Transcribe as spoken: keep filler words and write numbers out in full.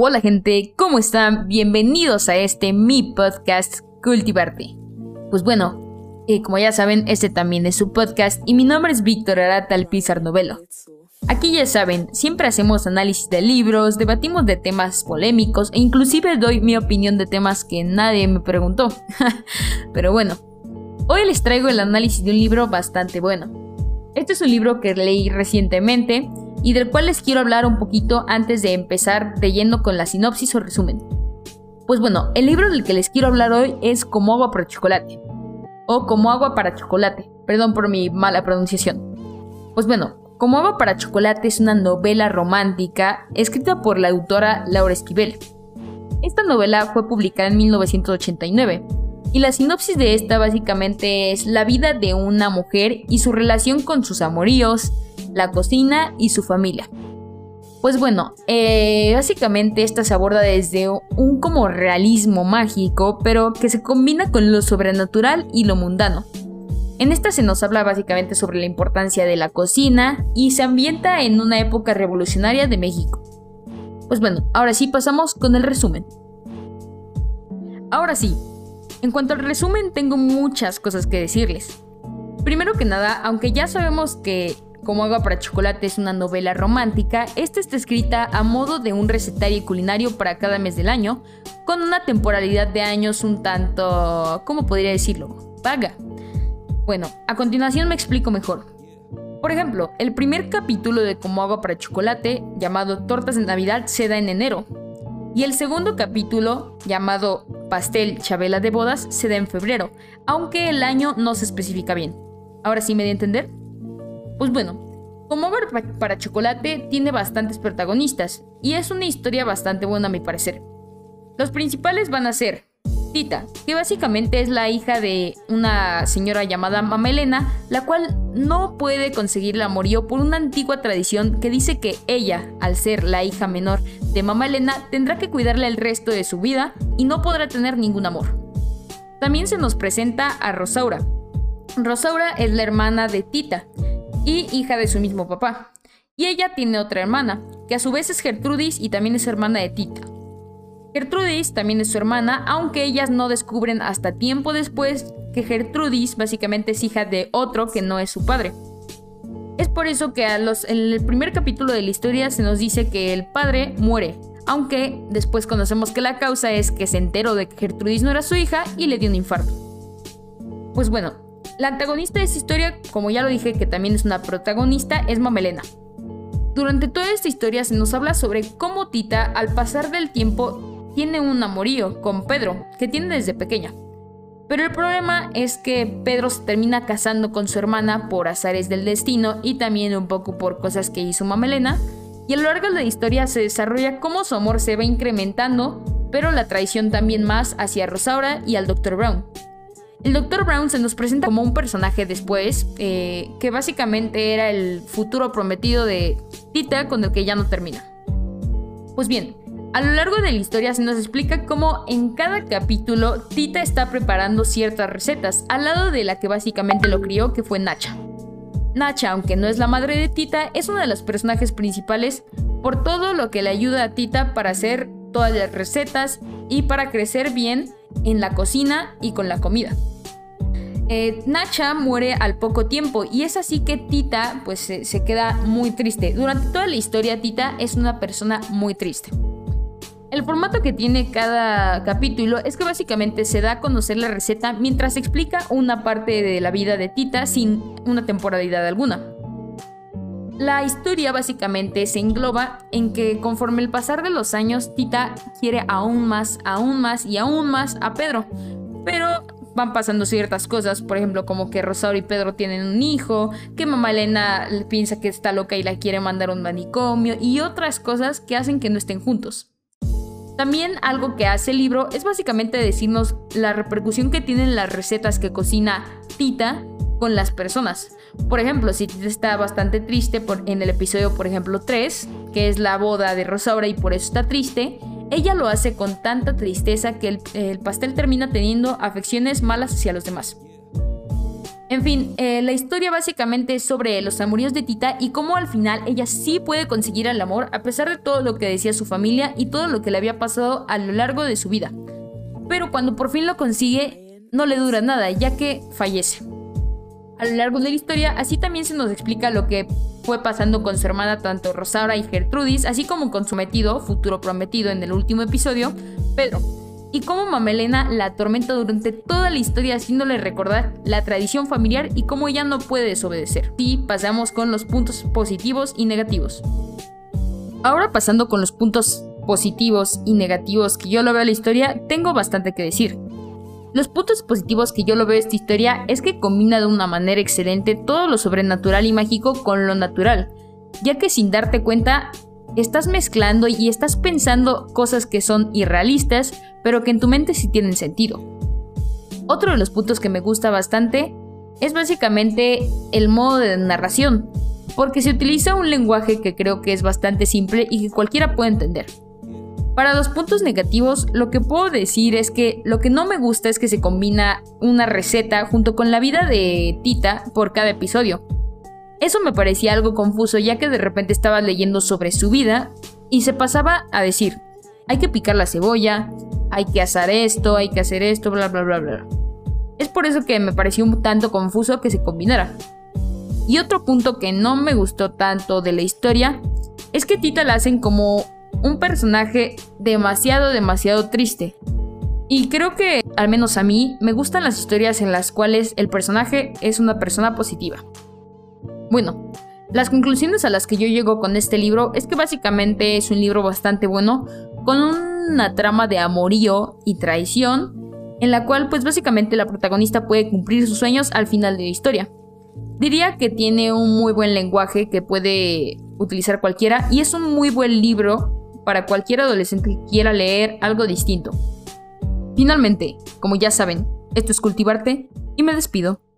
Hola gente, ¿cómo están? Bienvenidos a este mi podcast Cultivarte. Pues bueno, eh, como ya saben, este también es su podcast y mi nombre es Víctor Arata Alpizar Novelo. Aquí ya saben, siempre hacemos análisis de libros, debatimos de temas polémicos e inclusive doy mi opinión de temas que nadie me preguntó. Pero bueno, hoy les traigo el análisis de un libro bastante bueno. Este es un libro que leí recientemente y del cual les quiero hablar un poquito antes de empezar de lleno con la sinopsis o resumen. Pues bueno, el libro del que les quiero hablar hoy es Como agua para chocolate, o Como agua para chocolate, perdón por mi mala pronunciación. Pues bueno, Como agua para chocolate es una novela romántica escrita por la autora Laura Esquivel. Esta novela fue publicada en mil novecientos ochenta y nueve, y la sinopsis de esta básicamente es la vida de una mujer y su relación con sus amoríos, la cocina y su familia. Pues bueno, eh, básicamente esta se aborda desde un como realismo mágico, pero que se combina con lo sobrenatural y lo mundano. En esta se nos habla básicamente sobre la importancia de la cocina y se ambienta en una época revolucionaria de México. Pues bueno, ahora sí pasamos con el resumen. Ahora sí, en cuanto al resumen tengo muchas cosas que decirles. Primero que nada, aunque ya sabemos que Como agua para chocolate es una novela romántica, esta está escrita a modo de un recetario culinario para cada mes del año, con una temporalidad de años un tanto, ¿cómo podría decirlo?, vaga. Bueno, a continuación me explico mejor. Por ejemplo, el primer capítulo de Como agua para chocolate, llamado Tortas de Navidad, se da en enero. Y el segundo capítulo, llamado Pastel Chabela de Bodas, se da en febrero, aunque el año no se especifica bien. ¿Ahora sí me di a entender? Pues bueno, Como agua para chocolate tiene bastantes protagonistas y es una historia bastante buena a mi parecer. Los principales van a ser Tita, que básicamente es la hija de una señora llamada Mama Elena, la cual no puede conseguir el amorío por una antigua tradición que dice que ella, al ser la hija menor de Mama Elena, tendrá que cuidarla el resto de su vida y no podrá tener ningún amor. También se nos presenta a Rosaura. Rosaura es la hermana de Tita y hija de su mismo papá, y ella tiene otra hermana, que a su vez es Gertrudis y también es hermana de Tita. Gertrudis también es su hermana, aunque ellas no descubren hasta tiempo después que Gertrudis básicamente es hija de otro que no es su padre. Es por eso que a los, en el primer capítulo de la historia se nos dice que el padre muere, aunque después conocemos que la causa es que se enteró de que Gertrudis no era su hija y le dio un infarto. Pues bueno, la antagonista de esta historia, como ya lo dije que también es una protagonista, es Mama Elena. Durante toda esta historia se nos habla sobre cómo Tita, al pasar del tiempo, tiene un amorío con Pedro, que tiene desde pequeña. Pero el problema es que Pedro se termina casando con su hermana por azares del destino y también un poco por cosas que hizo Mama Elena, y a lo largo de la historia se desarrolla cómo su amor se va incrementando, pero la traición también más hacia Rosaura y al doctor Brown. El doctor Brown se nos presenta como un personaje después, eh, que básicamente era el futuro prometido de Tita con el que ya no termina. Pues bien, a lo largo de la historia se nos explica cómo en cada capítulo Tita está preparando ciertas recetas, al lado de la que básicamente lo crió, que fue Nacha. Nacha, aunque no es la madre de Tita, es uno de los personajes principales por todo lo que le ayuda a Tita para hacer todas las recetas y para crecer bien en la cocina y con la comida. Eh, Nacha muere al poco tiempo y es así que Tita pues se, se queda muy triste. Durante toda la historia Tita es una persona muy triste. El formato que tiene cada capítulo es que básicamente se da a conocer la receta mientras se explica una parte de la vida de Tita sin una temporalidad alguna. La historia básicamente se engloba en que conforme el pasar de los años Tita quiere aún más, aún más y aún más a Pedro, pero van pasando ciertas cosas, por ejemplo como que Rosaura y Pedro tienen un hijo, que Mama Elena piensa que está loca y la quiere mandar a un manicomio y otras cosas que hacen que no estén juntos. También algo que hace el libro es básicamente decirnos la repercusión que tienen las recetas que cocina Tita con las personas. Por ejemplo, si Tita está bastante triste por, en el episodio, por ejemplo, tres, que es la boda de Rosaura y por eso está triste, ella lo hace con tanta tristeza que el, el pastel termina teniendo afecciones malas hacia los demás. En fin, eh, la historia básicamente es sobre los amoríos de Tita y cómo al final ella sí puede conseguir el amor a pesar de todo lo que decía su familia y todo lo que le había pasado a lo largo de su vida. Pero cuando por fin lo consigue, no le dura nada, ya que fallece. A lo largo de la historia, así también se nos explica lo que fue pasando con su hermana tanto Rosaura y Gertrudis, así como con su metido, futuro prometido en el último episodio, Pedro. Y cómo Mamelena la atormenta durante toda la historia haciéndole recordar la tradición familiar y cómo ella no puede desobedecer. Y pasamos con los puntos positivos y negativos. Ahora pasando con los puntos positivos y negativos que yo lo veo a la historia, tengo bastante que decir. Los puntos positivos que yo lo veo a esta historia es que combina de una manera excelente todo lo sobrenatural y mágico con lo natural, ya que sin darte cuenta estás mezclando y estás pensando cosas que son irrealistas, pero que en tu mente sí tienen sentido. Otro de los puntos que me gusta bastante es básicamente el modo de narración, porque se utiliza un lenguaje que creo que es bastante simple y que cualquiera puede entender. Para los puntos negativos, lo que puedo decir es que lo que no me gusta es que se combina una receta junto con la vida de Tita por cada episodio. Eso me parecía algo confuso, ya que de repente estaba leyendo sobre su vida y se pasaba a decir: hay que picar la cebolla, hay que asar esto, hay que hacer esto, bla bla bla bla. Es por eso que me pareció un tanto confuso que se combinara. Y otro punto que no me gustó tanto de la historia es que Tita la hacen como un personaje demasiado, demasiado triste. Y creo que, al menos a mí, me gustan las historias en las cuales el personaje es una persona positiva. Bueno, las conclusiones a las que yo llego con este libro es que básicamente es un libro bastante bueno, con una trama de amorío y traición, en la cual pues básicamente la protagonista puede cumplir sus sueños al final de la historia. Diría que tiene un muy buen lenguaje que puede utilizar cualquiera y es un muy buen libro para cualquier adolescente que quiera leer algo distinto. Finalmente, como ya saben, esto es Cultivarte y me despido.